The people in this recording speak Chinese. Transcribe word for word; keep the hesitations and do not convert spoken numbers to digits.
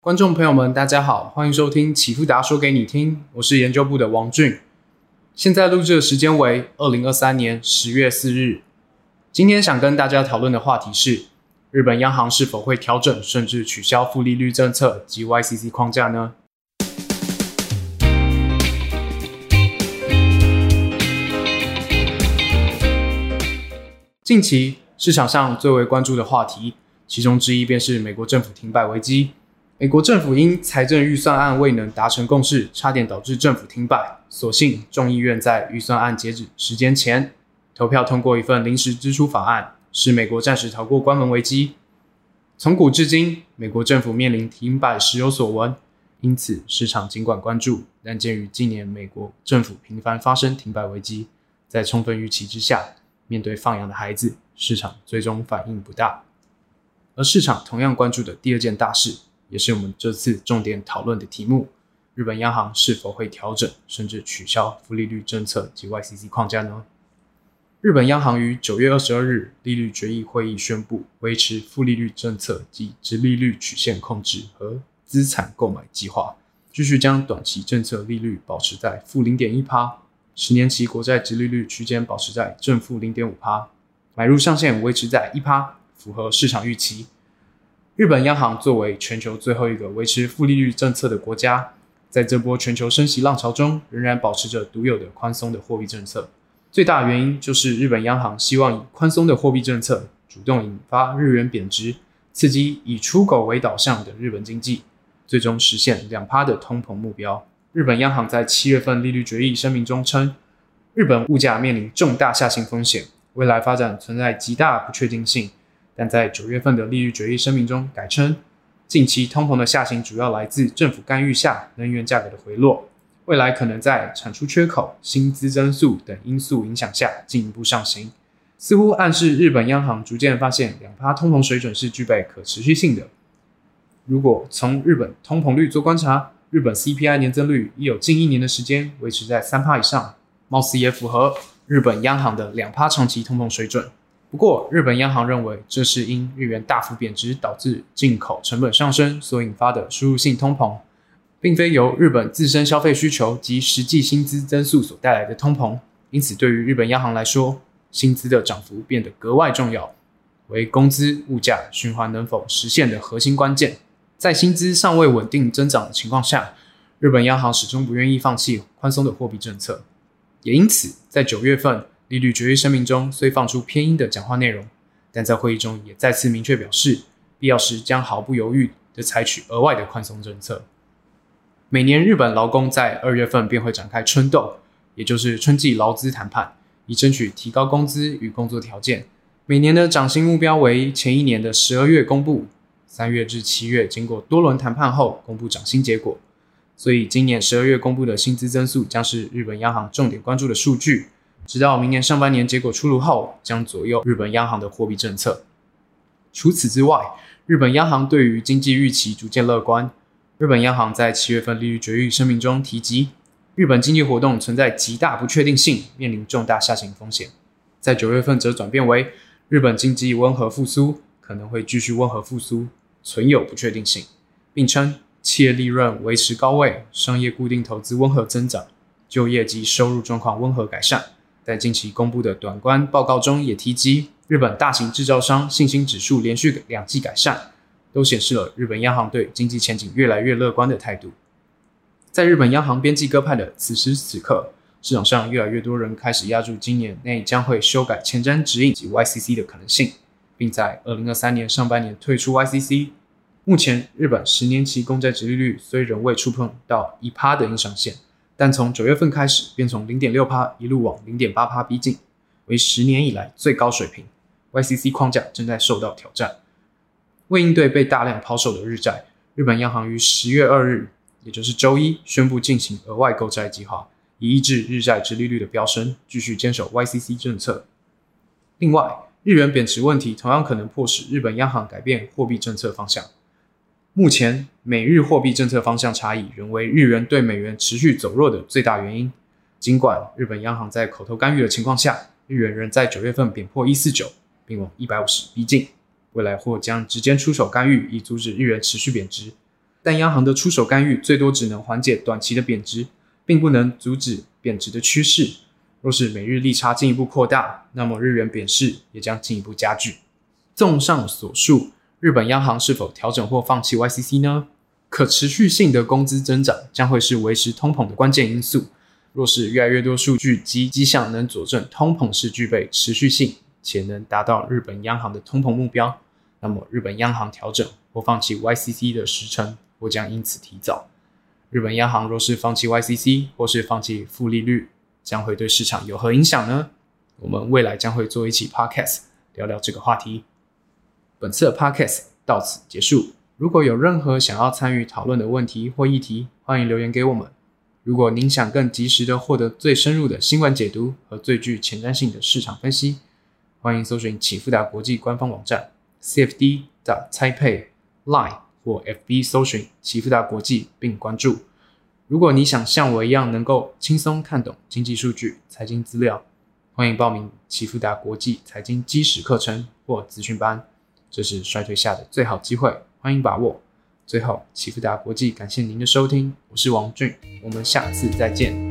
观众朋友们，大家好，欢迎收听启富达说给你听，我是研究部的王俊。现在录制的时间为二零二三年十月四日。今天想跟大家讨论的话题是，日本央行是否会调整甚至取消负利率政策及 Y C C 框架呢？近期市场上最为关注的话题，其中之一便是美国政府停摆危机。美国政府因财政预算案未能达成共识，差点导致政府停摆，所幸众议院在预算案截止时间前投票通过一份临时支出法案，使美国暂时逃过关门危机。从古至今，美国政府面临停摆时有所闻，因此市场尽管关注，但鉴于近年美国政府频繁发生停摆危机，在充分预期之下，面对放羊的孩子，市场最终反应不大。而市场同样关注的第二件大事，也是我们这次重点讨论的题目，日本央行是否会调整甚至取消负利率政策及 Y C C 框架呢？日本央行于九月二十二日利率决议会议宣布，维持负利率政策及殖利率曲线控制和资产购买计划，继续将短期政策利率保持在负 零点一%， 十年期国债殖利率区间保持在正负 零点五%， 买入上限维持在 百分之一， 符合市场预期。日本央行作为全球最后一个维持负利率政策的国家，在这波全球升息浪潮中，仍然保持着独有的宽松的货币政策。最大的原因就是日本央行希望以宽松的货币政策主动引发日元贬值，刺激以出口为导向的日本经济，最终实现 百分之二 的通膨目标。日本央行在七月份利率决议声明中称，日本物价面临重大下行风险，未来发展存在极大不确定性。但在九月份的利率决议声明中改称，近期通膨的下行主要来自政府干预下能源价格的回落，未来可能在产出缺口、薪资增速等因素影响下进一步上行，似乎暗示日本央行逐渐发现 百分之二 通膨水准是具备可持续性的。如果从日本通膨率做观察，日本 C P I 年增率已有近一年的时间维持在 百分之三 以上，貌似也符合日本央行的 百分之二 长期通膨水准。不过，日本央行认为这是因日元大幅贬值导致进口成本上升所引发的输入性通膨，并非由日本自身消费需求及实际薪资增速所带来的通膨。因此，对于日本央行来说，薪资的涨幅变得格外重要，为工资物价循环能否实现的核心关键。在薪资尚未稳定增长的情况下，日本央行始终不愿意放弃宽松的货币政策。也因此，在九月份利率决议声明中虽放出偏鹰的讲话内容，但在会议中也再次明确表示，必要时将毫不犹豫地采取额外的宽松政策。每年日本劳工在二月份便会展开春斗，也就是春季劳资谈判，以争取提高工资与工作条件。每年的涨薪目标为前一年的十二月公布，三月至七月经过多轮谈判后公布涨薪结果。所以今年十二月公布的薪资增速将是日本央行重点关注的数据，直到明年上半年结果出炉后，将左右日本央行的货币政策。除此之外，日本央行对于经济预期逐渐乐观。日本央行在七月份利率决议声明中提及，日本经济活动存在极大不确定性，面临重大下行风险。在九月份则转变为，日本经济温和复苏，可能会继续温和复苏，存有不确定性，并称企业利润维持高位，商业固定投资温和增长，就业及收入状况温和改善。在近期公布的短观报告中也提及，日本大型制造商信心指数连续两季改善，都显示了日本央行对经济前景越来越乐观的态度。在日本央行边际鸽派的此时此刻，市场上越来越多人开始押注今年内将会修改前瞻指引及 Y C C 的可能性，并在二零二三年上半年退出 Y C C。目前日本十年期公债殖利率虽仍未触碰到 百分之一 的硬上限，但从九月份开始便从 零点六 一路往 零点八 逼近，为十年以来最高水平。 Y C C 框架正在受到挑战。为应对被大量抛售的日债，日本央行于十月二日，也就是周一宣布进行额外购债计划，以抑制日债殖利率的飙升，继续坚守 Y C C 政策。另外，日元贬值问题同样可能迫使日本央行改变货币政策方向。目前美日货币政策方向差异仍为日元对美元持续走弱的最大原因。尽管日本央行在口头干预的情况下，日元仍在九月份贬破一百四十九，并往一百五十逼近，未来或将直接出手干预，以阻止日元持续贬值。 但央行的出手干预最多只能缓解短期的贬值，并不能阻止贬值的趋势。若是美日利差进一步扩大，那么日元贬势也将进一步加剧。综上所述，日本央行是否调整或放弃 Y C C 呢？可持续性的工资增长将会是维持通膨的关键因素。若是越来越多数据及迹象能佐证通膨是具备持续性，且能达到日本央行的通膨目标，那么日本央行调整或放弃 Y C C 的时程或将因此提早。日本央行若是放弃 Y C C 或是放弃负利率，将会对市场有何影响呢？我们未来将会做一期 podcast 聊聊这个话题。本次的 podcast 到此结束。如果有任何想要参与讨论的问题或议题，欢迎留言给我们。如果您想更及时的获得最深入的新闻解读和最具前瞻性的市场分析，欢迎搜寻启富达国际官方网站 c f d dot taipei line 或 F B 搜寻启富达国际并关注。如果你想像我一样能够轻松看懂经济数据、财经资料，欢迎报名启富达国际财经基石课程或资讯班，这是衰退下的最好机会，欢迎把握。最后，启富达国际感谢您的收听，我是王俊，我们下次再见。